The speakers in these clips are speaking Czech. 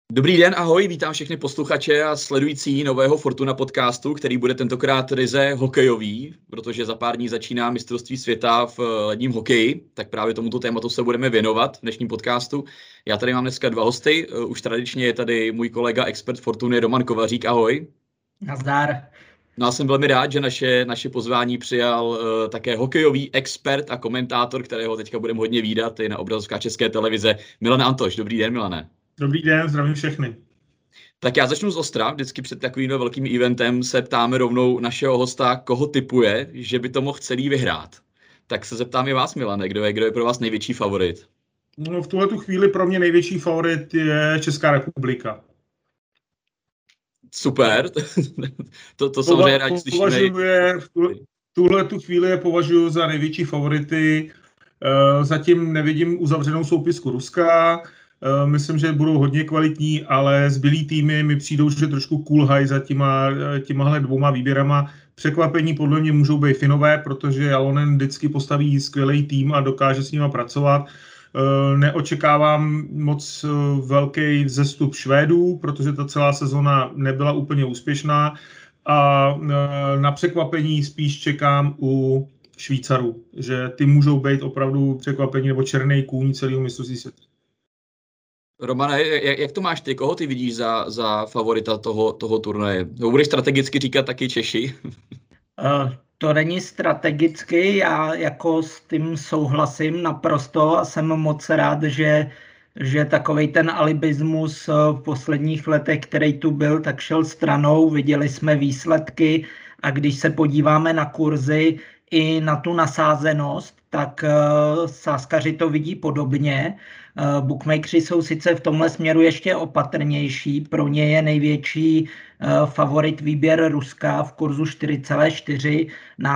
Dobrý den, ahoj, vítám všechny posluchače a sledující nového Fortuna podcastu, který bude tentokrát ryze hokejový, protože za pár dní začíná mistrovství světa v ledním hokeji, tak právě tomuto tématu se budeme věnovat v dnešním podcastu. Já tady mám dneska dva hosty, už tradičně je tady můj kolega expert Fortuny Roman Kovařík, ahoj. Nazdar. No a jsem velmi rád, že naše pozvání přijal také hokejový expert a komentátor, kterého teďka budeme hodně vídat i na obrazovkách České televize, Milan Antoš. Dobrý den, Milane. Dobrý den, zdravím všechny. Tak já začnu z ostra. Vždycky před takovým velkým eventem se ptáme rovnou našeho hosta, koho tipuje, že by to mohl celý vyhrát. Tak se zeptám i vás, Milane, kdo je pro vás největší favorit? No, v tuhletu chvíli pro mě největší favorit je Česká republika. Super, to samozřejmě rádi slyšíme. V tuhletu chvíli je považuji za největší favority. Zatím nevidím uzavřenou soupisku Ruska. Myslím, že budou hodně kvalitní, ale zbylý týmy mi přijdou, že trošku kulhají za těmahle dvouma výběrama. Překvapení podle mě můžou být Finové, protože Jalonen vždycky postaví skvělý tým a dokáže s nima pracovat. Neočekávám moc velký vzestup Švédů, protože ta celá sezona nebyla úplně úspěšná. A na překvapení spíš čekám u Švýcarů, že ty můžou být opravdu překvapení nebo černý kůň celého mistrovství světa. Romane, jak to máš ty? Koho ty vidíš za favorita toho turnaje? Budeš strategicky říkat taky Češi? To není strategicky, já jako s tím souhlasím naprosto a jsem moc rád, že takovej ten alibismus v posledních letech, který tu byl, tak šel stranou, viděli jsme výsledky a když se podíváme na kurzy i na tu nasázenost, tak sázkaři to vidí podobně. Bookmakeri jsou sice v tomhle směru ještě opatrnější, pro ně je největší favorit výběr Ruska v kurzu 4,4,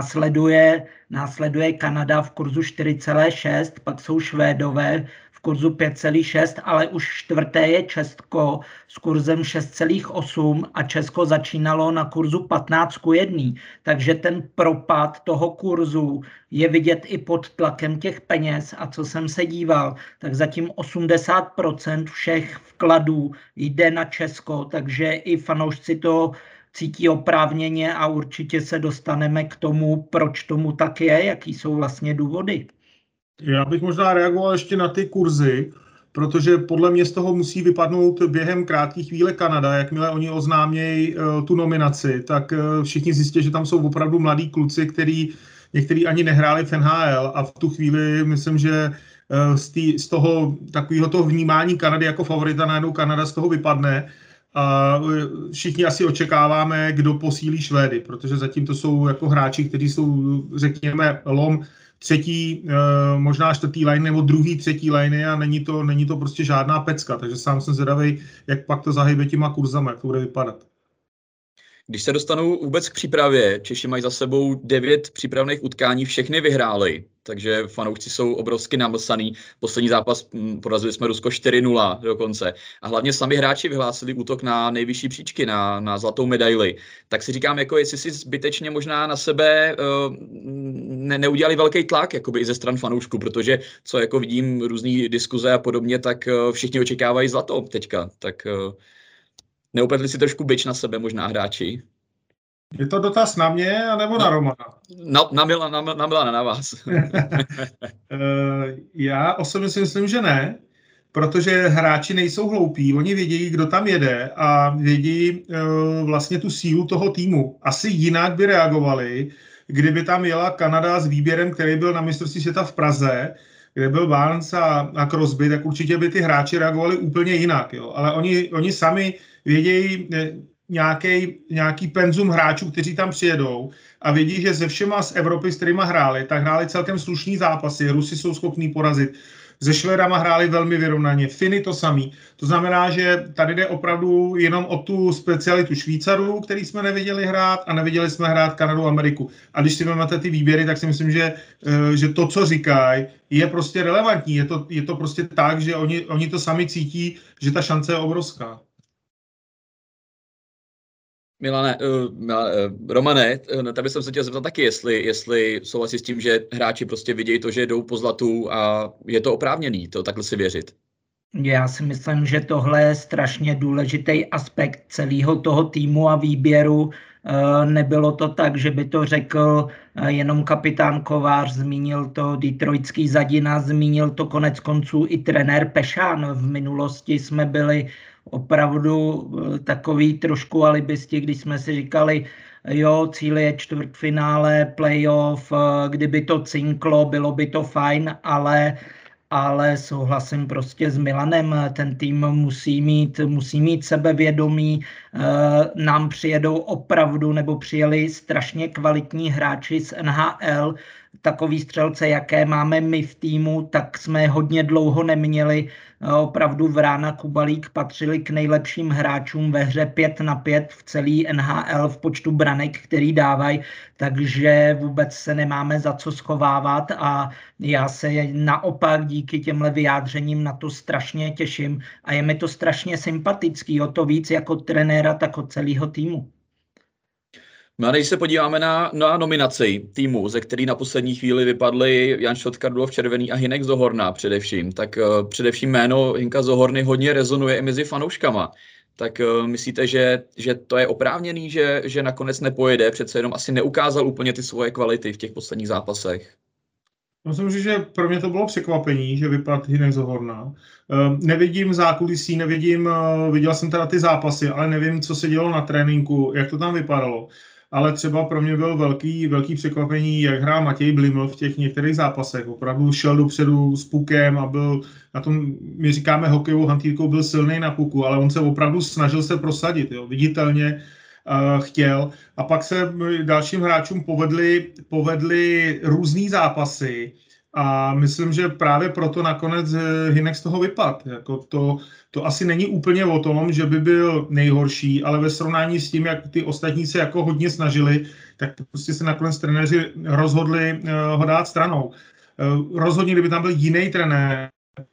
následuje Kanada v kurzu 4,6, pak jsou Švédové v kurzu 5,6, ale už čtvrté je Česko s kurzem 6,8 a Česko začínalo na kurzu 15:1, takže ten propad toho kurzu je vidět i pod tlakem těch peněz a co jsem se díval, tak zatím 80% všech vkladů jde na Česko, takže i fanoušci to cítí oprávněně a určitě se dostaneme k tomu, proč tomu tak je, jaký jsou vlastně důvody. Já bych možná reagoval ještě na ty kurzy, protože podle mě z toho musí vypadnout během krátké chvíle Kanada. Jakmile oni oznámějí tu nominaci, tak všichni zjistí, že tam jsou opravdu mladí kluci, někteří ani nehráli v NHL a v tu chvíli myslím, že z toho takového toho vnímání Kanady jako favorita najednou Kanada z toho vypadne a všichni asi očekáváme, kdo posílí Švédy, protože zatím to jsou jako hráči, kteří jsou, řekněme, lom třetí, možná čtvrtý line nebo druhý, třetí line a není to prostě žádná pecka, takže sám jsem zvědavý, jak pak to zahybe těma kurzama, jak to bude vypadat. Když se dostanu vůbec k přípravě, Češi mají za sebou 9 přípravných utkání, všechny vyhráli, takže fanoušci jsou obrovsky namlsaný. Poslední zápas porazili jsme Rusko 4-0 dokonce. A hlavně sami hráči vyhlásili útok na nejvyšší příčky, na zlatou medaili. Tak si říkám, jako jestli si zbytečně možná na sebe neudělali velký tlak jakoby i ze stran fanoušků, protože co jako vidím různý diskuze a podobně, tak všichni očekávají zlato teďka. Tak neupletli si trošku bič na sebe možná hráči? Je to dotaz na mě, anebo na Romana? Na Milana, na vás. Já osobně si myslím, že ne, protože hráči nejsou hloupí, oni vědí, kdo tam jede a vědí vlastně tu sílu toho týmu. Asi jinak by reagovali, kdyby tam jela Kanada s výběrem, který byl na mistrovství světa v Praze, kde byl Barnes a Crosby, tak určitě by ty hráči reagovali úplně jinak. Jo. Ale oni sami vědějí nějaký penzum hráčů, kteří tam přijedou a vědí, že ze všema z Evropy, s kterýma hráli, tak hráli celkem slušný zápasy. Rusy jsou schopní porazit. Se Švédama hráli velmi vyrovnaně. Finy to samý. To znamená, že tady jde opravdu jenom o tu specialitu Švýcarů, který jsme neviděli hrát a neviděli jsme hrát Kanadu a Ameriku. A když si vezmete ty výběry, tak si myslím, že to, co říkají, je prostě relevantní. Je to prostě tak, že oni to sami cítí, že ta šance je obrovská. Milane, Romane, tady jsem se chtěl zeptat taky, jestli souhlasí s tím, že hráči prostě vidějí to, že jdou po zlatu a je to oprávněný, to takhle si věřit. Já si myslím, že tohle je strašně důležitý aspekt celého toho týmu a výběru. Nebylo to tak, že by to řekl jenom kapitán Kovář, zmínil to detroitský Zadina, zmínil to konec konců i trenér Pešán. V minulosti jsme byli opravdu takový trošku alibisti, když jsme si říkali, jo, cíl je čtvrtfinále, playoff, kdyby to cinklo, bylo by to fajn, ale souhlasím prostě s Milanem, ten tým musí mít sebevědomí, nám přijedou opravdu, nebo přijeli strašně kvalitní hráči z NHL, takový střelce, jaké máme my v týmu, tak jsme hodně dlouho neměli. Opravdu Vrána, Kubalík patřili k nejlepším hráčům ve hře 5-5 v celý NHL v počtu branek, který dávají, takže vůbec se nemáme za co schovávat a já se naopak díky těmhle vyjádřením na to strašně těším a je mi to strašně sympatický, o to víc jako trenéra, tak od celého týmu. No a když se podíváme na nominaci týmu, ze který na poslední chvíli vypadli Jan Šotkardlov červený a Hynek Zohorna především, tak především jméno Hynka Zohorny hodně rezonuje i mezi fanouškama. Tak myslíte, že to je oprávněný, že nakonec nepojede, přece jenom asi neukázal úplně ty svoje kvality v těch posledních zápasech? Myslím, že pro mě to bylo překvapení, že vypadl Hynek Zohorna. Nevidím zákulisí, viděl jsem teda ty zápasy, ale nevím, co se dělo na tréninku, jak to tam vypadalo. Ale třeba pro mě byl velký překvapení, jak hrál Matěj Bliml v těch některých zápasech. Opravdu šel dopředu s pukem a byl na tom, my říkáme hokejovou hantýrkou, byl silný na puku, ale on se opravdu snažil se prosadit, jo, viditelně chtěl. A pak se dalším hráčům povedly různý zápasy a myslím, že právě proto nakonec Hynek z toho vypadl. Jako to asi není úplně o tom, že by byl nejhorší, ale ve srovnání s tím, jak ty ostatní se jako hodně snažili, tak prostě se nakonec trenéři rozhodli ho dát stranou. Rozhodně, kdyby tam byl jiný trenér,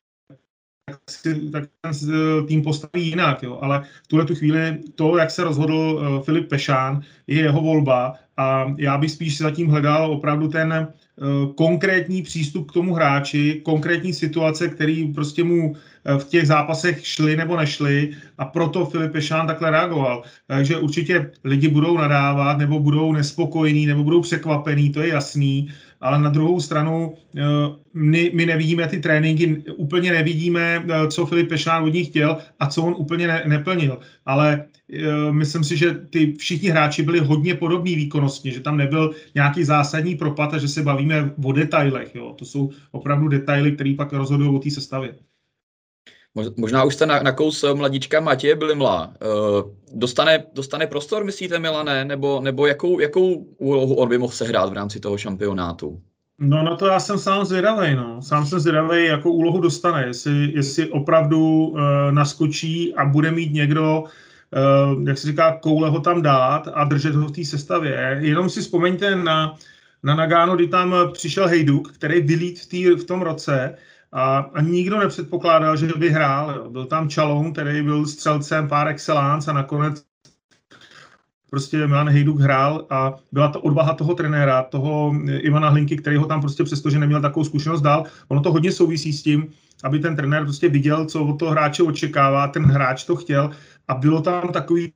tak ten tým postaví jinak, jo. Ale v tuhle tu chvíli to, jak se rozhodl Filip Pešán, je jeho volba a já bych spíš zatím hledal opravdu ten konkrétní přístup k tomu hráči, konkrétní situace, který prostě mu v těch zápasech šly nebo nešly a proto Filip Pešán takhle reagoval. Takže určitě lidi budou nadávat nebo budou nespokojení nebo budou překvapení, to je jasný, ale na druhou stranu my nevidíme ty tréninky, úplně nevidíme, co Filip Pešán od nich chtěl a co on úplně neplnil. Ale myslím si, že ty všichni hráči byli hodně podobní výkonnostně, že tam nebyl nějaký zásadní propad a že se bavíme o detailech. Jo. To jsou opravdu detaily, které pak rozhodují o té sestavě. Možná už jste nakous mladíčka Matěje Blimla. Dostane prostor, myslíte, Milane? Nebo jakou úlohu on by mohl sehrát v rámci toho šampionátu? No na to já jsem sám zvědavej. No. Sám jsem zvědavej, jakou úlohu dostane. Jestli opravdu naskočí a bude mít někdo, jak se říká, koule ho tam dát a držet ho v té sestavě. Jenom si vzpomeňte na Nagano, kdy tam přišel Hejduk, který vylít v tom roce a nikdo nepředpokládal, že by hrál. Byl tam Čaloun, který byl střelcem par excellence a nakonec prostě Milan Hejduk hrál a byla to odvaha toho trenéra, toho Ivana Hlinky, který ho tam prostě přestože neměl takovou zkušenost dal. Ono to hodně souvisí s tím, aby ten trenér prostě viděl, co od toho hráče očekává, ten hráč to chtěl a bylo tam takový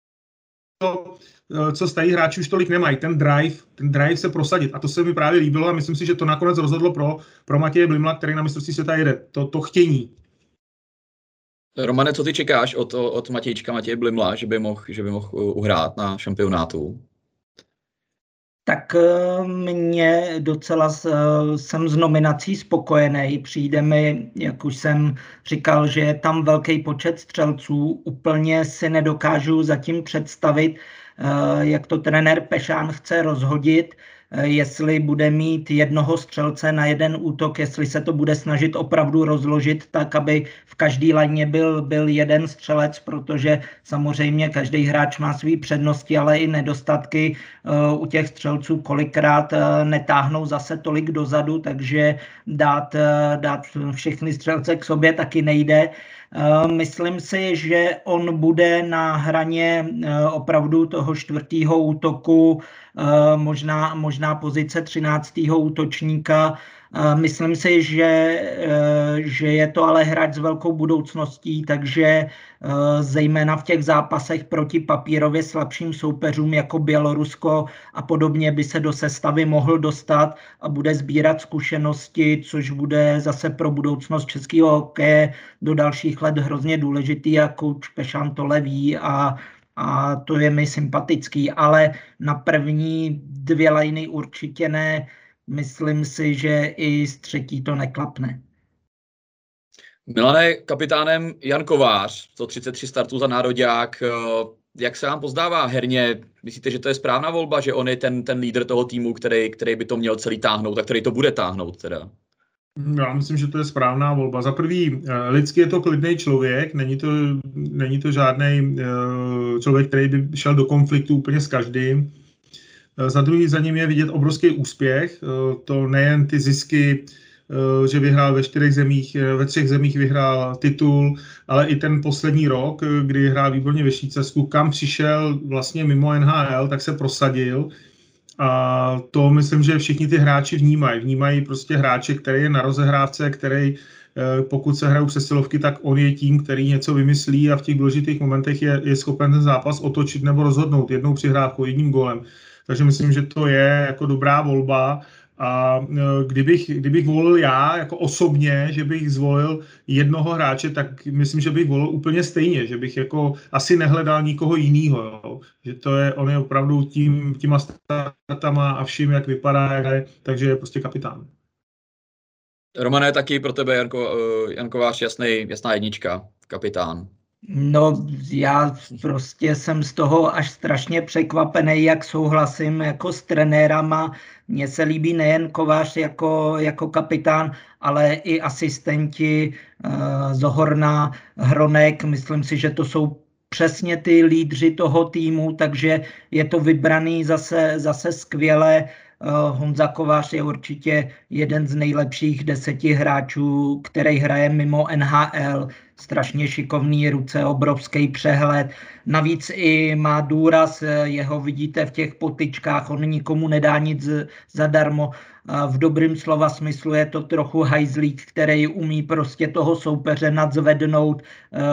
co starý hráči už tolik nemají, ten drive se prosadit. A to se mi právě líbilo a myslím si, že to nakonec rozhodlo pro Matěje Blimla, který na mistrovství světa jede. To chtění. Romane, co ty čekáš od Matěje Blimla, že by mohl uhrát na šampionátu? Tak mě docela jsem z nominací spokojený. Přijde mi, jak už jsem říkal, že je tam velký počet střelců. Úplně si nedokážu zatím představit, jak to trenér Pešán chce rozhodit, jestli bude mít jednoho střelce na jeden útok, jestli se to bude snažit opravdu rozložit tak, aby v každý lajně byl jeden střelec, protože samozřejmě každý hráč má své přednosti, ale i nedostatky u těch střelců kolikrát netáhnou zase tolik dozadu, takže dát všechny střelce k sobě taky nejde. Myslím si, že on bude na hraně opravdu toho čtvrtého útoku, možná pozice 13. útočníka. Myslím si, že je to ale hráč s velkou budoucností, takže zejména v těch zápasech proti papírově slabším soupeřům jako Bělorusko a podobně by se do sestavy mohl dostat a bude sbírat zkušenosti, což bude zase pro budoucnost českého hokeje do dalších let hrozně důležitý a kouč Pešan to ví a to je mi sympatický, ale na první 2 lajny určitě ne. Myslím si, že i z třetí to neklapne. Milane, kapitánem Jan Kovář, 133 startů za nároďák. Jak se vám pozdává herně? Myslíte, že to je správná volba, že on je ten lídr toho týmu, který by to měl celý táhnout a který to bude táhnout teda? Já myslím, že to je správná volba. Za prvý, lidsky je to klidný člověk, není to žádný člověk, který by šel do konfliktu úplně s každým. Za druhý, za ním je vidět obrovský úspěch. To nejen ty zisky, že vyhrál ve 4 zemích, ve 3 zemích vyhrál titul, ale i ten poslední rok, kdy hrál výborně ve Švýcarsku, kam přišel vlastně mimo NHL, tak se prosadil. A to myslím, že všichni ty hráči vnímají. Vnímají prostě hráče, který je na rozehrávce, který pokud se hrajou přesilovky, tak on je tím, který něco vymyslí a v těch důležitých momentech je schopen ten zápas otočit nebo rozhodnout jednou přihrávkou, jedním gólem. Takže myslím, že to je jako dobrá volba a kdybych volil já jako osobně, že bych zvolil jednoho hráče, tak myslím, že bych volil úplně stejně, že bych jako asi nehledal nikoho jiného, že on je opravdu těma startama a vším, jak vypadá, takže je prostě kapitán. Romane, taky pro tebe Jan Kovář jasná jednička, kapitán. No, já prostě jsem z toho až strašně překvapený, jak souhlasím jako s trenérama. Mně se líbí nejen Kovář jako kapitán, ale i asistenti Zohorna, Hronek. Myslím si, že to jsou přesně ty lídři toho týmu, takže je to vybraný zase skvěle. Honza Kovář je určitě jeden z nejlepších 10 hráčů, který hraje mimo NHL. Strašně šikovný ruce, obrovský přehled. Navíc i má důraz, jeho vidíte v těch potyčkách, on nikomu nedá nic zadarmo. V dobrým slova smyslu je to trochu hajzlík, který umí prostě toho soupeře nadzvednout,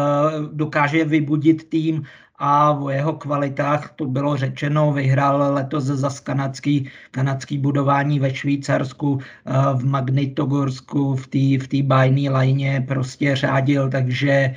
dokáže vybudit tým a o jeho kvalitách to bylo řečeno. Vyhrál letos za kanadský budování ve Švýcarsku, v Magnitogorsku, v té bajné lajně prostě řádil, takže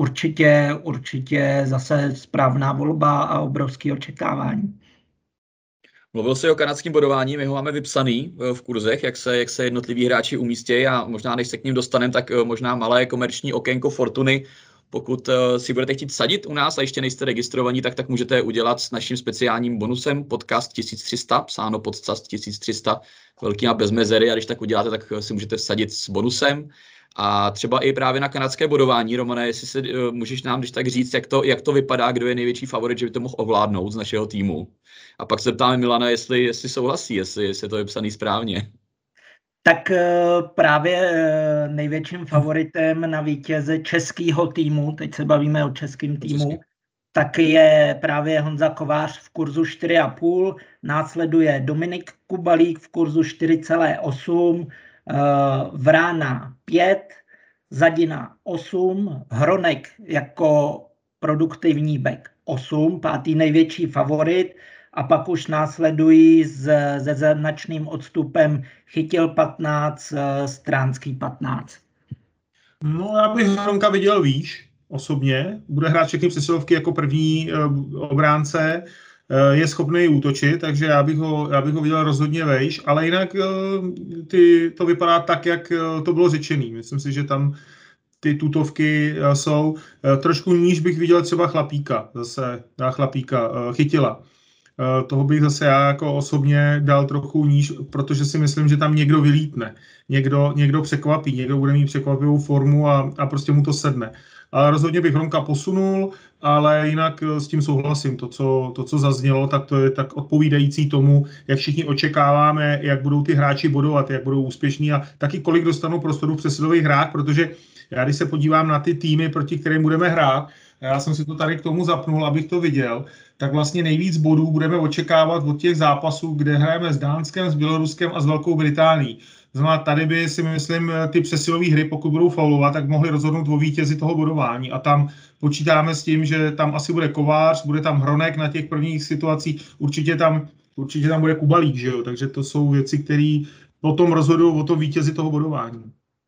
určitě zase správná volba a obrovské očekávání. Mluvil jsi o kanadském bodování, my ho máme vypsaný v kurzech, jak se jednotliví hráči umístějí a možná než se k ním dostaneme, tak možná malé komerční okénko Fortuny. Pokud si budete chtít sadit u nás a ještě nejste registrovaní, tak můžete udělat s naším speciálním bonusem podcast 1300, psáno podcast 1300, velký a bez mezery, a když tak uděláte, tak si můžete vsadit s bonusem. A třeba i právě na kanadské bodování, Romane, jestli se můžeš nám když tak říct, jak to vypadá, kdo je největší favorit, že by to mohl ovládnout z našeho týmu. A pak se ptáme Milana, jestli souhlasí, jestli to je psaný správně. Tak právě největším favoritem na vítěze českého týmu, teď se bavíme o českém týmu, tak je právě Honza Kovář v kurzu 4,5, následuje Dominik Kubalík v kurzu 4,8, Vrána 5, Zadina 8, Hronek jako produktivní back 8, 5. největší favorit, a pak už následují se značným odstupem Chytil 15, Stránský 15. No, já bych Hronka viděl výš osobně. Bude hrát všechny přesilovky jako první obránce. Je schopný útočit, takže já bych ho viděl rozhodně vejš, ale jinak to vypadá tak, jak to bylo řečený. Myslím si, že tam ty tutovky jsou. Trošku níž bych viděl třeba Chlapíka, Chytila. Toho bych zase já jako osobně dal trochu níž, protože si myslím, že tam někdo vylítne, někdo překvapí, někdo bude mít překvapivou formu a prostě mu to sedne. Ale rozhodně bych Hronka posunul, ale jinak s tím souhlasím. To, co zaznělo, tak to je tak odpovídající tomu, jak všichni očekáváme, jak budou ty hráči bodovat, jak budou úspěšní a taky kolik dostanou prostoru v přesilových hrách, protože já když se podívám na ty týmy, proti kterým budeme hrát, já jsem si to tady k tomu zapnul, abych to viděl, tak vlastně nejvíc bodů budeme očekávat od těch zápasů, kde hrajeme s Dánskem, s Běloruskem a s Velkou Británií. Znamená, tady by si myslím, ty přesilové hry, pokud budou faulovat, tak mohli rozhodnout o vítězi toho bodování. A tam počítáme s tím, že tam asi bude Kovář, bude tam Hronek na těch prvních situacích, určitě tam bude Kubalík, že jo? Takže to jsou věci, které potom rozhodují o tom vítězi toho bodování.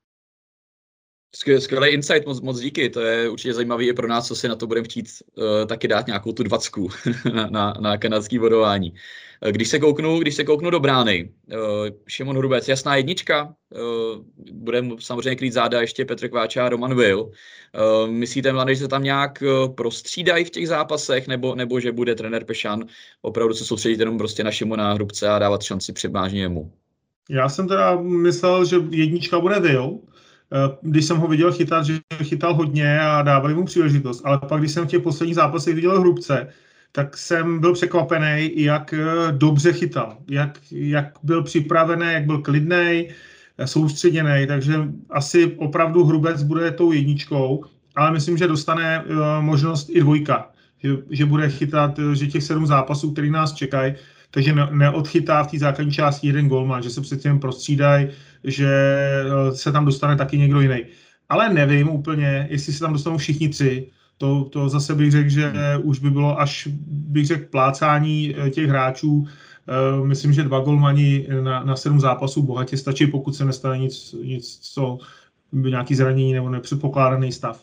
Skvělý insight, moc díky, to je určitě zajímavý i pro nás, co si na to budeme chtít taky dát nějakou tu 20 na kanadský bodování. Když se kouknu do brány, Šimon Hrubec, jasná jednička, bude samozřejmě krýt záda ještě Petr Kváča a Roman Will. Myslíte, Mladen, že se tam nějak prostřídají v těch zápasech, nebo že bude trenér Pešan opravdu se soustředit jenom prostě na Šimona Hrubce a dávat šanci převážně jemu? Já jsem teda myslel, že jednička bude Will, když jsem ho viděl chytat, že chytal hodně a dávali mu příležitost, ale pak, když jsem v těch posledních zápasech viděl Hrubce, tak jsem byl překvapený, jak dobře chytal, jak byl připravený, jak byl klidný, soustředěný, takže asi opravdu Hrubec bude tou jedničkou, ale myslím, že dostane možnost i dvojka, že bude chytat, že těch 7 zápasů, který nás čekají, takže neodchytá v té základní části jeden golman, že se přece prostřídají, že se tam dostane taky někdo jiný. Ale nevím úplně, jestli se tam dostanou všichni 3. To zase bych řekl, že už by bylo až, bych řekl, plácání těch hráčů. Myslím, že 2 golmani na 7 zápasů bohatě stačí, pokud se nestane nic, co by nějaký zranění nebo nepředpokládaný stav.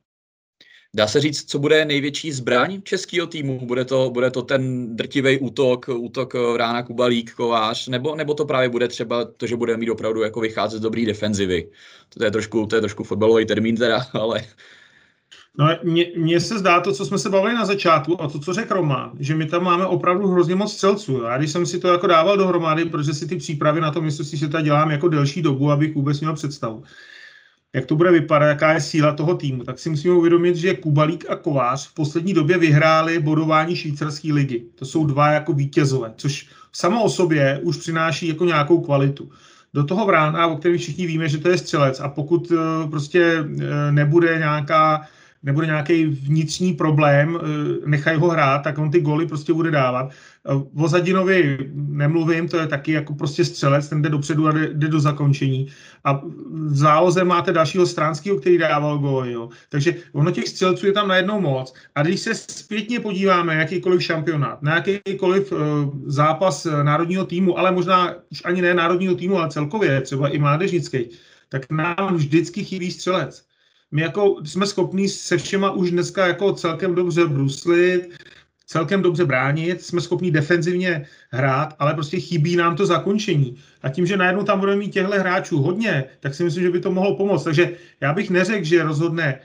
Dá se říct, co bude největší zbraň českého týmu? Bude to ten drtivý útok Vrána, Kubalík, Kovář, nebo to právě bude třeba to, že budeme mít opravdu jako vycházet z dobrý defenzivy? To je trošku fotbalový termín teda, ale... No, mně se zdá to, co jsme se bavili na začátku a to, co řekl Roman, že my tam máme opravdu hrozně moc střelců. A když jsem si to jako dával dohromady, protože si ty přípravy na to myslím si, že to dělám jako delší dobu, abych vůbec měl představu, jak to bude vypadat, jaká je síla toho týmu, tak si musíme uvědomit, že Kubalík a Kovář v poslední době vyhráli bodování švýcarské ligy. To jsou 2 jako vítězové, což samo o sobě už přináší jako nějakou kvalitu. Do toho Vrána, o kterém všichni víme, že to je střelec a pokud prostě nebude nějaký vnitřní problém, nechají ho hrát, tak on ty góly prostě bude dávat. O Zadinovi nemluvím, to je taky jako prostě střelec, ten jde dopředu a jde do zakončení. A v záloze máte dalšího Stránského, který dával góly. Jo. Takže ono těch střelců je tam najednou moc. A když se zpětně podíváme na jakýkoliv šampionát, na jakýkoliv zápas národního týmu, ale možná už ani ne národního týmu, ale celkově, třeba i mládežnický, tak nám vždycky chybí střelec. My jako jsme schopní se všema už dneska jako celkem dobře bruslit, celkem dobře bránit, jsme schopní defenzivně hrát, ale prostě chybí nám to zakončení. A tím, že najednou tam budeme mít těchto hráčů hodně, tak si myslím, že by to mohlo pomoct. Takže já bych neřekl, že rozhodne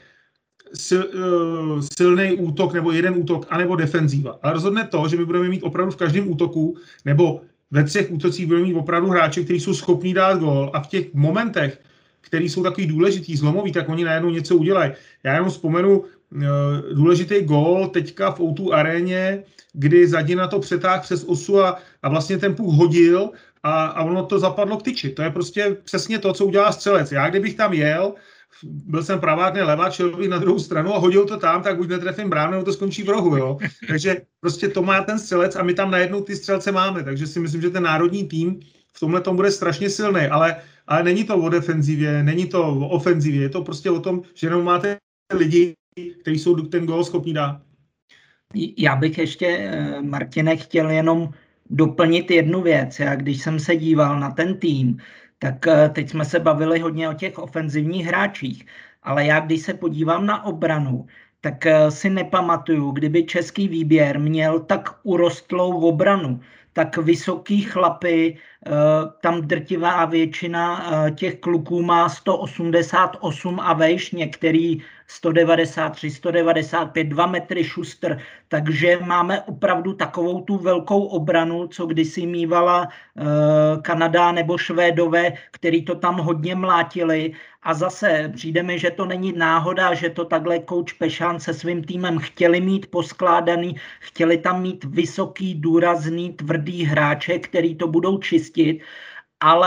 silný útok nebo jeden útok, anebo defenzíva. Ale rozhodne to, že my budeme mít opravdu v každém útoku nebo ve 3 útocích budeme mít opravdu hráči, kteří jsou schopní dát gól a v těch momentech, který jsou takový důležitý, zlomový, tak oni najednou něco udělají. Já jenom vzpomenu důležitý gól teďka v O2 aréně, kdy Zadina to přetáhl přes osu a vlastně ten puk hodil a ono to zapadlo k tyči. To je prostě přesně to, co udělá střelec. Já kdybych tam jel, byl jsem pravák, ne levák, šel bych na druhou stranu a hodil to tam, tak buď netrefím bránu, nebo to skončí v rohu. Jo? Takže prostě to má ten střelec a my tam najednou ty střelce máme. Takže si myslím, že ten národní tým v tomhle tom bude strašně silný, ale není to o defenzivě, není to o ofenzivě, je to prostě o tom, že jenom máte lidi, kteří jsou ten gól schopní dát. Já bych ještě, Martine, chtěl jenom doplnit jednu věc. Já když jsem se díval na ten tým, tak teď jsme se bavili hodně o těch ofenzivních hráčích, ale já když se podívám na obranu, tak si nepamatuju, kdyby český výběr měl tak urostlou obranu, tak vysoký chlapy, tam drtivá většina těch kluků má 188 a vejš, některý 193, 195, 2 metry šustr, takže máme opravdu takovou tu velkou obranu, co kdysi mívala Kanada nebo Švédové, který to tam hodně mlátili. A zase přijde mi, že to není náhoda, že to takhle coach Pešan se svým týmem chtěli mít poskládaný, chtěli tam mít vysoký, důrazný, tvrdý hráče, který to budou čistit, ale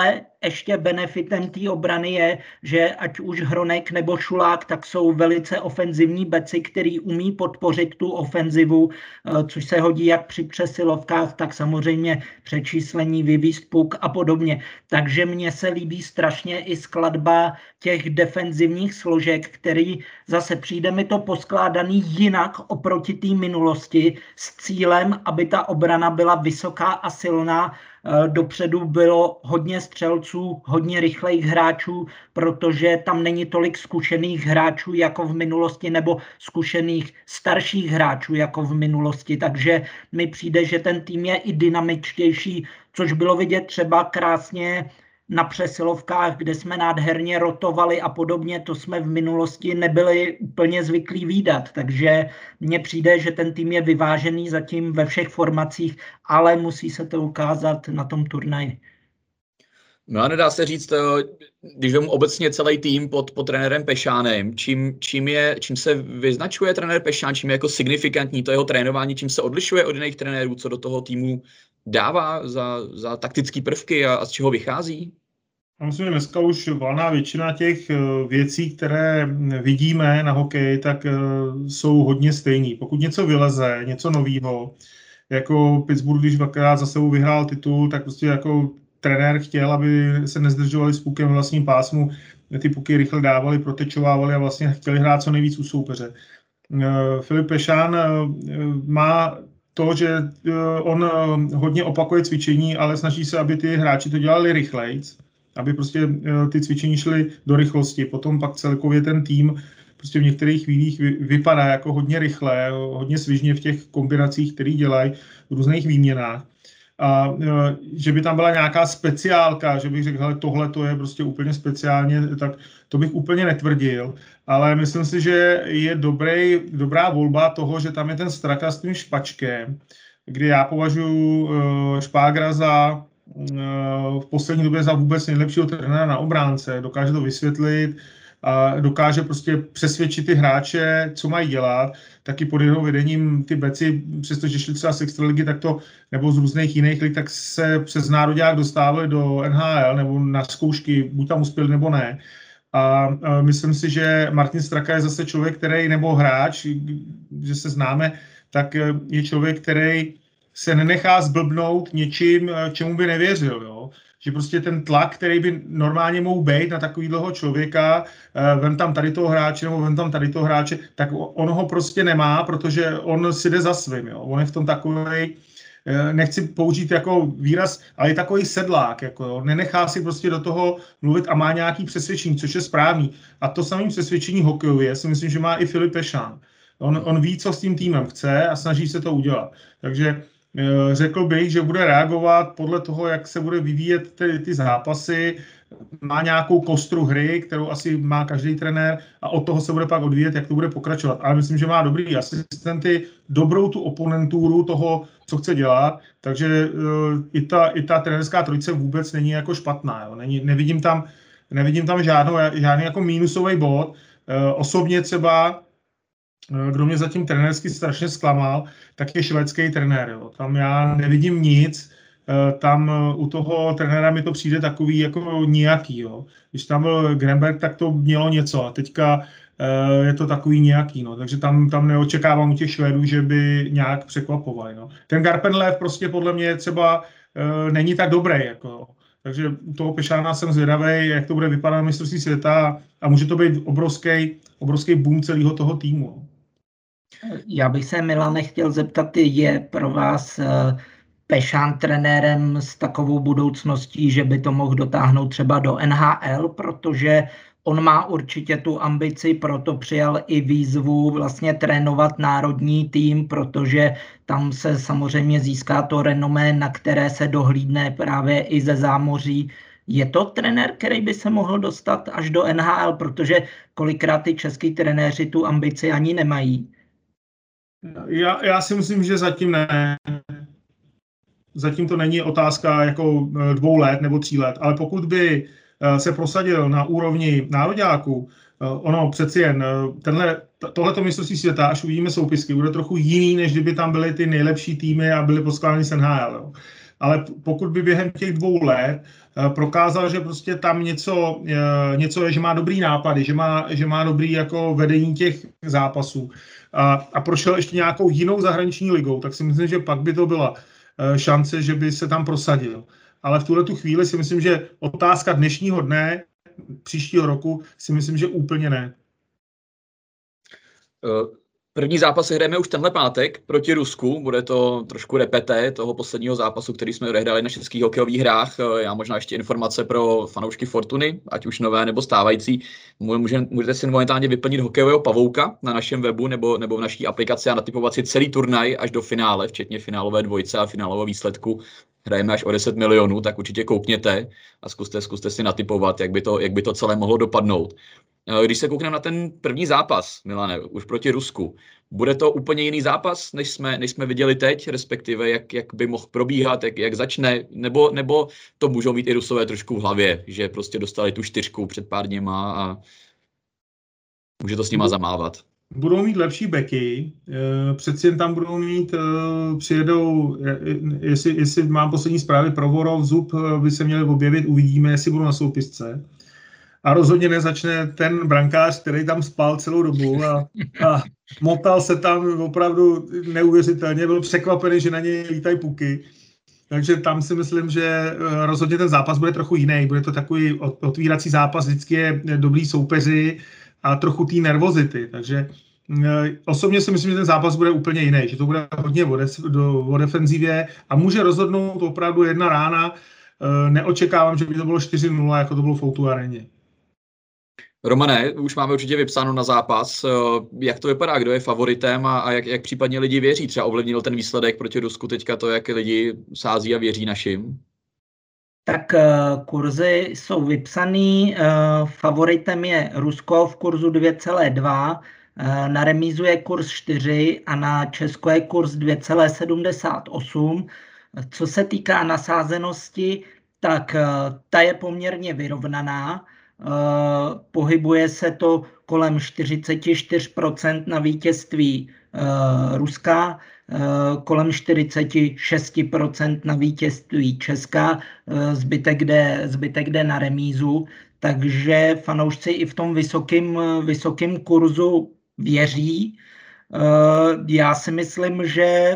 ještě benefitem té obrany je, že ať už Hronek nebo Šulák, tak jsou velice ofenzivní beci, který umí podpořit tu ofenzivu, což se hodí jak při přesilovkách, tak samozřejmě přečíslení, vyvízt puk a podobně. Takže mně se líbí strašně i skladba těch defenzivních složek, který zase přijde mi to poskládaný jinak oproti té minulosti s cílem, aby ta obrana byla vysoká a silná. Dopředu bylo hodně střelců, hodně rychlejch hráčů, protože tam není tolik zkušených hráčů jako v minulosti nebo zkušených starších hráčů jako v minulosti. Takže mi přijde, že ten tým je i dynamičtější, což bylo vidět třeba krásně na přesilovkách, kde jsme nádherně rotovali a podobně, to jsme v minulosti nebyli úplně zvyklí vídat, takže mně přijde, že ten tým je vyvážený zatím ve všech formacích, ale musí se to ukázat na tom turnaji. No a nedá se říct, když vemu obecně celý tým pod trenérem Pešánem, čím se vyznačuje trenér Pešán, čím je jako signifikantní to jeho trénování, čím se odlišuje od jiných trenérů, co do toho týmu dává za taktické prvky a z čeho vychází? Já myslím, že dneska už valná většina těch věcí, které vidíme na hokeji, tak jsou hodně stejný. Pokud něco vyleze, něco novýho, jako Pittsburgh, když dvakrát za sebou vyhrál titul, tak prostě jako trenér chtěl, aby se nezdržovali s pukem v vlastním pásmu, ty puky rychle dávali, protečovávali a vlastně chtěli hrát co nejvíc u soupeře. Filip Pešán má to, že on hodně opakuje cvičení, ale snaží se, aby ty hráči to dělali rychlejc, aby prostě ty cvičení šly do rychlosti. Potom pak celkově ten tým prostě v některých chvílích vypadá jako hodně rychle, hodně svižně v těch kombinacích, které dělají v různých výměnách. A že by tam byla nějaká speciálka, že bych řekl, hele, tohle to je prostě úplně speciálně, tak to bych úplně netvrdil. Ale myslím si, že je dobrá volba toho, že tam je ten Straka s tím Špačkem, kdy já považuji Špágra za v poslední době za vůbec nejlepšího trenéra na obránce. Dokáže to vysvětlit a dokáže prostě přesvědčit ty hráče, co mají dělat. Taky pod jeho vedením ty beci, přestože šli třeba z extraligy, tak to, nebo z různých jiných lig, tak se přes nároďák dostávali do NHL nebo na zkoušky, buď tam uspěli nebo ne. A myslím si, že Martin Straka je zase člověk, který, nebo hráč, že se známe, tak je člověk, který se nenechá zblbnout něčím, čemu by nevěřil. Jo? Že prostě ten tlak, který by normálně mohl být na takovýhleho člověka, vem tam tady toho hráče nebo vem tam tady toho hráče, tak on ho prostě nemá, protože on si jde za svým. Jo? On je v tom takový, nechci použít jako výraz, ale je takový sedlák. Jako, jo? Nenechá si prostě do toho mluvit a má nějaký přesvědčení, což je správný. A to samé přesvědčení hokejově si myslím, že má i Filip Pešán. On ví, co s tím týmem chce a snaží se to udělat. Takže řekl bych, že bude reagovat podle toho, jak se bude vyvíjet ty zápasy, má nějakou kostru hry, kterou asi má každý trenér a od toho se bude pak odvíjet, jak to bude pokračovat. Ale myslím, že má dobrý asistenty, dobrou tu oponenturu toho, co chce dělat, takže i ta trenérská trojice vůbec není jako špatná. Jo. Nevidím tam žádný jako mínusový bod. Osobně třeba kdo mě zatím trenérsky strašně zklamal, tak je švédský trenér. Jo. Tam já nevidím nic, tam u toho trenéra mi to přijde takový jako nějaký. Jo. Když tam byl Grenberg, tak to mělo něco a teďka je to takový nějaký. No. Takže tam neočekávám u těch Švédů, že by nějak překvapovali. No. Ten Garpenlev prostě podle mě třeba není tak dobrý. Jako. Takže u toho Pešána jsem zvědavý, jak to bude vypadat na mistrovství světa a může to být obrovský boom celého toho týmu. Já bych se, Milane, chtěl zeptat, je pro vás Pešán trenérem s takovou budoucností, že by to mohl dotáhnout třeba do NHL, protože on má určitě tu ambici, proto přijal i výzvu vlastně trénovat národní tým, protože tam se samozřejmě získá to renomé, na které se dohlídne právě i ze zámoří. Je to trenér, který by se mohl dostat až do NHL, protože kolikrát ty český trenéři tu ambici ani nemají? Já si myslím, že zatím ne. Zatím to není otázka jako 2 let nebo 3 let, ale pokud by se prosadil na úrovni nároďáků, ono přeci jen tohleto mistrovství světa, až uvidíme soupisky, bude trochu jiný, než kdyby tam byly ty nejlepší týmy a byly poskládány z NHL. Jo. Ale pokud by během těch 2 let prokázal, že prostě tam něco je, že má dobrý nápady, že má dobrý jako vedení těch zápasů a prošel ještě nějakou jinou zahraniční ligou, tak si myslím, že pak by to byla šance, že by se tam prosadil. Ale v tuhletu chvíli si myslím, že otázka dnešního dne, příštího roku, si myslím, že úplně ne. První zápas hrajeme už tenhle pátek proti Rusku. Bude to trošku repete toho posledního zápasu, který jsme odehráli na českých hokejových hrách. Já možná ještě informace pro fanoušky Fortuny, ať už nové nebo stávající. Můžete si momentálně vyplnit hokejového pavouka na našem webu nebo v naší aplikaci a natipovat si celý turnaj až do finále, včetně finálové dvojce a finálového výsledku. Hrajeme až o 10 milionů, tak určitě koukněte a zkuste si natipovat, jak by to celé mohlo dopadnout. Když se koukneme na ten první zápas, Milane, už proti Rusku, bude to úplně jiný zápas, než jsme viděli teď, respektive jak by mohl probíhat, jak začne, nebo to můžou mít i Rusové trošku v hlavě, že prostě dostali tu 4 před pár dněma a může to s nima zamávat. Budou mít lepší beky, přeci jen tam budou mít, přijedou, jestli mám poslední zprávy, Provorov, Zub by se měli objevit, uvidíme, jestli budou na soupisce. A rozhodně nezačne ten brankář, který tam spal celou dobu a motal se tam opravdu neuvěřitelně, byl překvapený, že na něj lítají puky. Takže tam si myslím, že rozhodně ten zápas bude trochu jiný. Bude to takový otvírací zápas, vždycky je dobrý soupeři a trochu té nervozity. Takže osobně si myslím, že ten zápas bude úplně jiný, že to bude hodně o defenzivě a může rozhodnout opravdu jedna rána. Neočekávám, že by to bylo 4-0, jako to bylo v O2 aréně. Romane, už máme určitě vypsáno na zápas. Jak to vypadá, kdo je favoritem a jak případně lidi věří? Třeba ovlivnil ten výsledek proti Rusku teďka to, jak lidi sází a věří našim? Tak kurzy jsou vypsaný. Favoritem je Rusko v kurzu 2,2, na remízu je kurz 4 a na Česko je kurz 2,78. Co se týká nasázenosti, tak ta je poměrně vyrovnaná. Pohybuje se to kolem 44% na vítězství Ruska, kolem 46% na vítězství Česka, zbytek jde na remízu, takže fanoušci i v tom vysokým kurzu věří. Já si myslím, že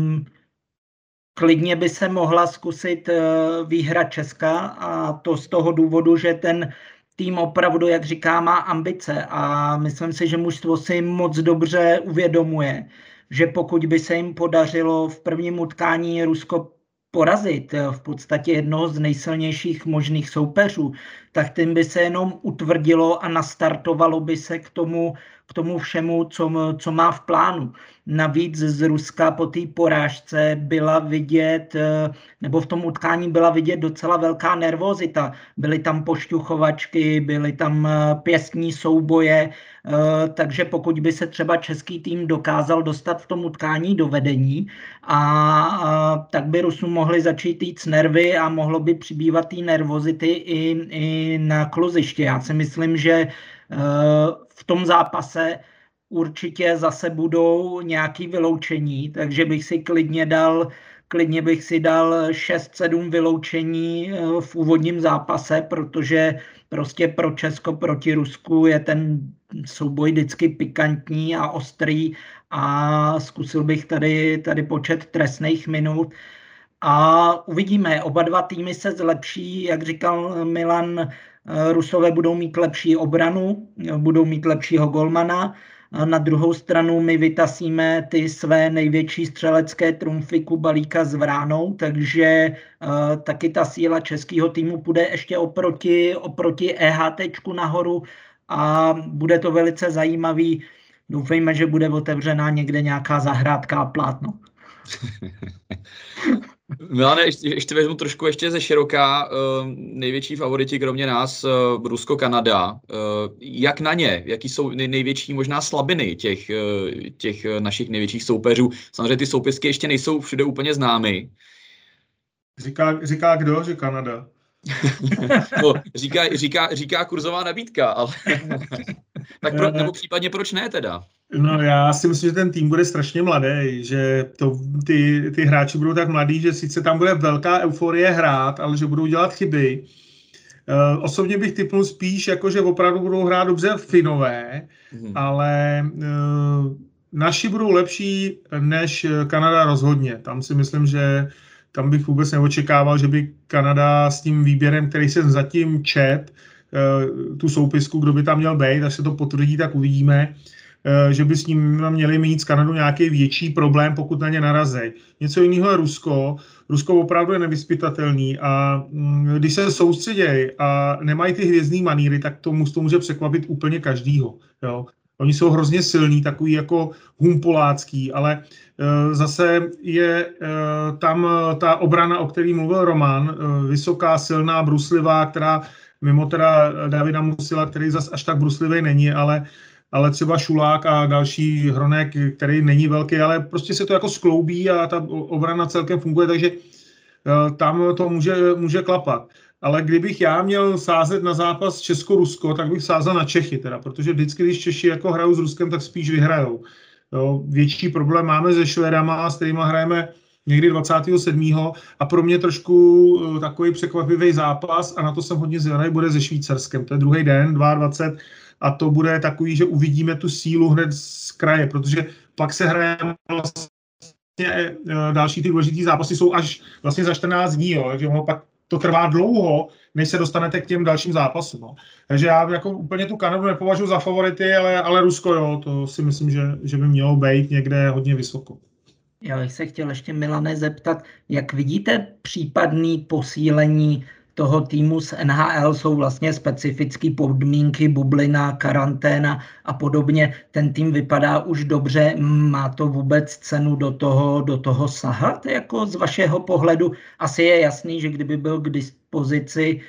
klidně by se mohla zkusit výhra Česka a to z toho důvodu, že ten tým opravdu, jak říká, má ambice a myslím si, že mužstvo si moc dobře uvědomuje, že pokud by se jim podařilo v prvním utkání Rusko porazit v podstatě jednoho z nejsilnějších možných soupeřů, tak tím by se jenom utvrdilo a nastartovalo by se k tomu všemu, co má v plánu. Navíc z Ruska po té porážce byla vidět, nebo v tom utkání byla vidět docela velká nervozita. Byly tam pošťuchovačky, byly tam pěstní souboje, takže pokud by se třeba český tým dokázal dostat v tom utkání do vedení, tak by Rusům mohli začít jít s nervy a mohlo by přibývat té nervozity i na kluziště. Já si myslím, že v tom zápase určitě zase budou nějaké vyloučení, takže bych si klidně bych si dal 6-7 vyloučení v úvodním zápase, protože prostě pro Česko proti Rusku je ten souboj vždycky pikantní a ostrý a zkusil bych tady počet trestných minut. A uvidíme, oba dva týmy se zlepší, jak říkal Milan, Rusové budou mít lepší obranu, budou mít lepšího golmana. Na druhou stranu my vytasíme ty své největší střelecké trumfy Kubalíka s Vránou, takže taky ta síla českého týmu půjde ještě oproti EHTčku nahoru a bude to velice zajímavý. Doufejme, že bude otevřená někde nějaká zahrádka a plátno. Milane, ještě vezmu trošku ještě ze široká. Největší favoriti kromě nás, Rusko, Kanada. Jak na ně? Jaký jsou největší možná slabiny těch našich největších soupeřů? Samozřejmě ty soupisky ještě nejsou všude úplně známy. Říká kdo, že Kanada? No, říká kurzová nabídka, ale... Tak nebo případně proč ne teda? No já si myslím, že ten tým bude strašně mladý, že ty hráči budou tak mladí, že sice tam bude velká euforie hrát, ale že budou dělat chyby. Osobně bych tipnul spíš, jako že opravdu budou hrát dobře Finové, ale naši budou lepší než Kanada rozhodně. Tam si myslím, že tam bych vůbec neočekával, že by Kanada s tím výběrem, který jsem zatím čet, tu soupisku, kdo by tam měl být, až se to potvrdí, tak uvidíme, že by s ním měli mít s Kanadou nějaký větší problém, pokud na ně narazí. Něco jiného je Rusko. Rusko opravdu je nevyzpytatelný a když se soustředějí a nemají ty hvězdný maníry, tak to může překvapit úplně každýho. Jo. Oni jsou hrozně silní, takový jako humpolácký, ale zase je tam ta obrana, o který mluvil Roman, vysoká, silná, bruslivá, která mimo teda Davida Musila, který zase až tak bruslivý není, ale třeba Šulák a další Hronek, který není velký, ale prostě se to jako skloubí a ta obrana celkem funguje, takže tam to může klapat. Ale kdybych já měl sázet na zápas Česko-Rusko, tak bych sázel na Čechy teda, protože vždycky, když Češi jako hrajou s Ruskem, tak spíš vyhrajou. Jo, větší problém máme se Švédama, s kterýma hrajeme někdy 27. a pro mě trošku takový překvapivý zápas a na to jsem hodně zvědavý, bude se Švýcarskem. To je druhý den, 22. A to bude takový, že uvidíme tu sílu hned z kraje, protože pak se hraje vlastně další ty důležitý zápasy jsou až vlastně za 14 dní, jo, takže ono pak to trvá dlouho, než se dostanete k těm dalším zápasům. No. Takže já jako úplně tu Kanadu nepovažuji za favority, ale Rusko, jo, to si myslím, že by mělo být někde hodně vysoko. Já bych se chtěl ještě, Milane, zeptat, jak vidíte případné posílení toho týmu z NHL, jsou vlastně specifické podmínky, bublina, karanténa a podobně. Ten tým vypadá už dobře, má to vůbec cenu do toho sahat, jako z vašeho pohledu? Asi je jasný, že kdyby byl k dispozici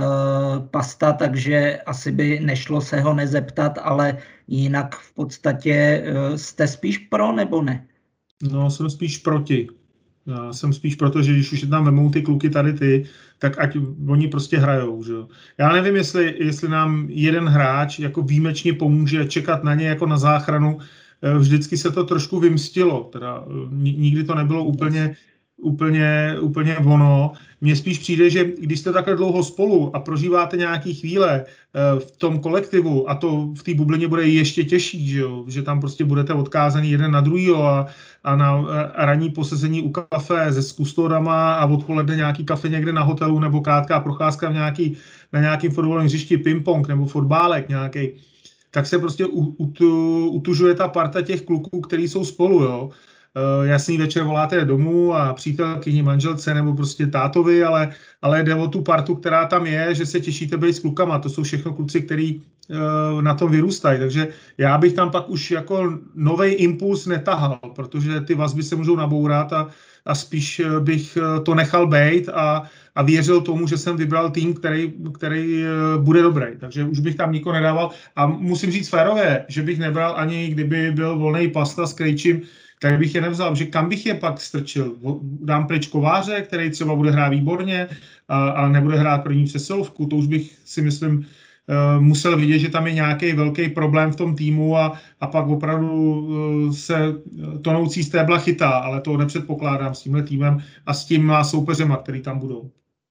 Pasta, takže asi by nešlo se ho nezeptat, ale jinak v podstatě jste spíš pro nebo ne? No, jsem spíš proti. Já jsem spíš proto, že když už je tam vemou ty kluky tady tak ať oni prostě hrajou. Že? Já nevím, jestli nám jeden hráč jako výjimečně pomůže čekat na ně jako na záchranu. Vždycky se to trošku vymstilo. Teda, nikdy to nebylo úplně ono. Mně spíš přijde, že když jste takhle dlouho spolu a prožíváte nějaké chvíle v tom kolektivu a to v té bublině bude ještě těžší, že tam prostě budete odkázaný jeden na druhýho a na ranní posezení u kafe se skustodama a odpoledne nějaký kafe někde na hotelu nebo krátká procházka na nějakým fotbalovém hřišti, ping-pong nebo fotbálek nějaký, tak se prostě utužuje ta parta těch kluků, kteří jsou spolu, jo. Jasný, večer voláte domů a přítelkyni, manželce nebo prostě tátovi, ale jde o tu partu, která tam je, že se těšíte být s klukama. To jsou všechno kluci, který na tom vyrůstají. Takže já bych tam pak už jako novej impuls netahal, protože ty vazby se můžou nabourat a spíš bych to nechal bejt a věřil tomu, že jsem vybral tým, který bude dobrý. Takže už bych tam nikoho nedával. A musím říct férově, že bych nebral ani kdyby byl volný Pasta s Krejčím, tak bych je nevzal, že kam bych je pak strčil? Dám pryč Kováře, který třeba bude hrát výborně a nebude hrát první přesilovku. To už bych si myslím musel vidět, že tam je nějaký velký problém v tom týmu a pak opravdu se tonoucí stébla chytá, ale to nepředpokládám s tímhle týmem a s těma soupeřema, který tam budou.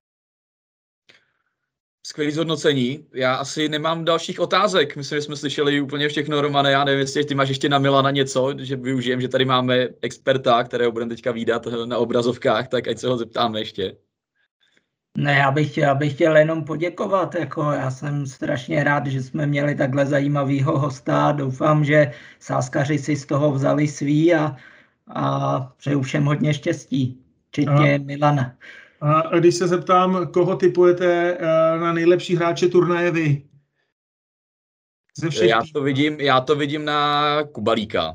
Skvělý zhodnocení. Já asi nemám dalších otázek. Myslím, že jsme slyšeli úplně všechno, Romane. Já nevím, jestli ty máš ještě na Milana něco, že využijem, že tady máme experta, kterého budeme teďka vídat na obrazovkách, tak ať se ho zeptáme ještě. Ne, já bych chtěl jenom poděkovat. Já jsem strašně rád, že jsme měli takhle zajímavého hosta. Doufám, že sázkaři si z toho vzali svý a přeju všem hodně štěstí. Včetně Milana. A když se zeptám, koho tipujete na nejlepší hráče turnaje vy? Já to vidím na Kubalíka.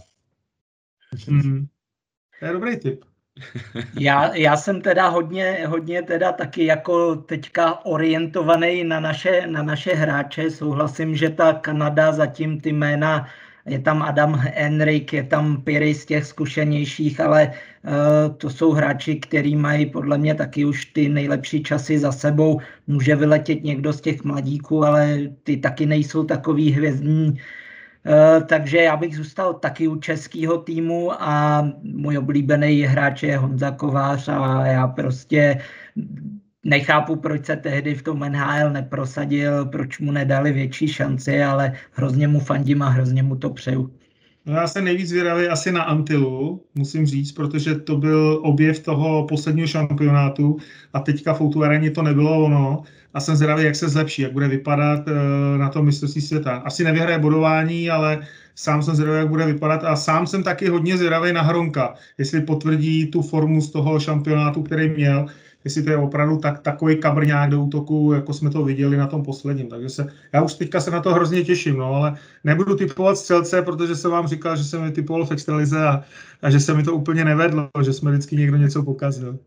To je dobrý tip. Já jsem teda hodně teda taky jako teďka orientovaný na naše hráče. Souhlasím, že ta Kanada zatím ty jména je tam Adam Henrik, je tam Piri z těch zkušenějších, ale to jsou hráči, kteří mají podle mě taky už ty nejlepší časy za sebou. Může vyletět někdo z těch mladíků, ale ty taky nejsou takový hvězdní. Takže já bych zůstal taky u českého týmu a můj oblíbený hráč je Honza Kovář a já prostě nechápu, proč se tehdy v tom NHL neprosadil, proč mu nedali větší šanci, ale hrozně mu fandím a hrozně mu to přeju. No já jsem nejvíc zvědavý asi na Antilu, musím říct, protože to byl objev toho posledního šampionátu a teďka v O2 Areně to nebylo ono a jsem zvědavý, jak se zlepší, jak bude vypadat na tom mistrovství světa. Asi nevyhraje bodování, ale sám jsem zvědavý, jak bude vypadat a sám jsem taky hodně zvědavý na Hronka, jestli potvrdí tu formu z toho šampionátu, který měl, jestli to je opravdu takový kabrňák do útoku, jako jsme to viděli na tom posledním. Takže já už teďka se na to hrozně těším, no, ale nebudu typovat střelce, protože jsem vám říkal, že jsem je typoval v extralize a že se mi to úplně nevedlo, že jsme vždycky někdo něco pokazil.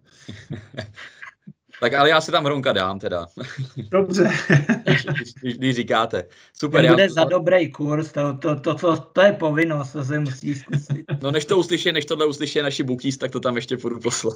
Tak ale já si tam Hronka dám teda. Dobře. Když říkáte. Super. Bude za dobrý kurz, to je povinnost, to se musí zkusit. No než tohle uslyší naši bookies, tak to tam ještě půjdu poslat.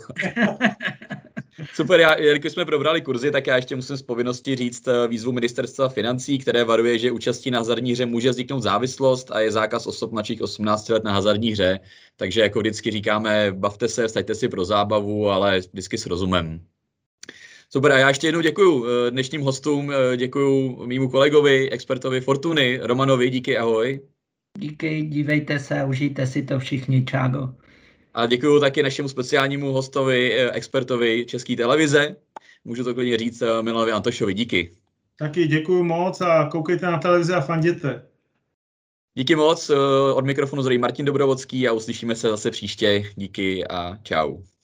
Super, jelikož jsme probrali kurzy, tak já ještě musím z povinnosti říct výzvu Ministerstva financí, které varuje, že účastí na hazardní hře může vzniknout závislost a je zákaz osob mladších 18 let na hazardní hře. Takže jako vždycky říkáme, bavte se, staňte si pro zábavu, ale vždycky s rozumem. Super, a já ještě jednou děkuju dnešním hostům, děkuju mýmu kolegovi, expertovi Fortuny, Romanovi, díky, ahoj. Díky, dívejte se a užijte si to všichni, čágo. A děkuju taky našemu speciálnímu hostovi, expertovi České televize, můžu to klidně říct, Milanovi Antošovi, díky. Taky děkuju moc a koukejte na televizi a fanděte. Díky moc, od mikrofonu zdraví Martin Dobrovodský a uslyšíme se zase příště, díky a čau.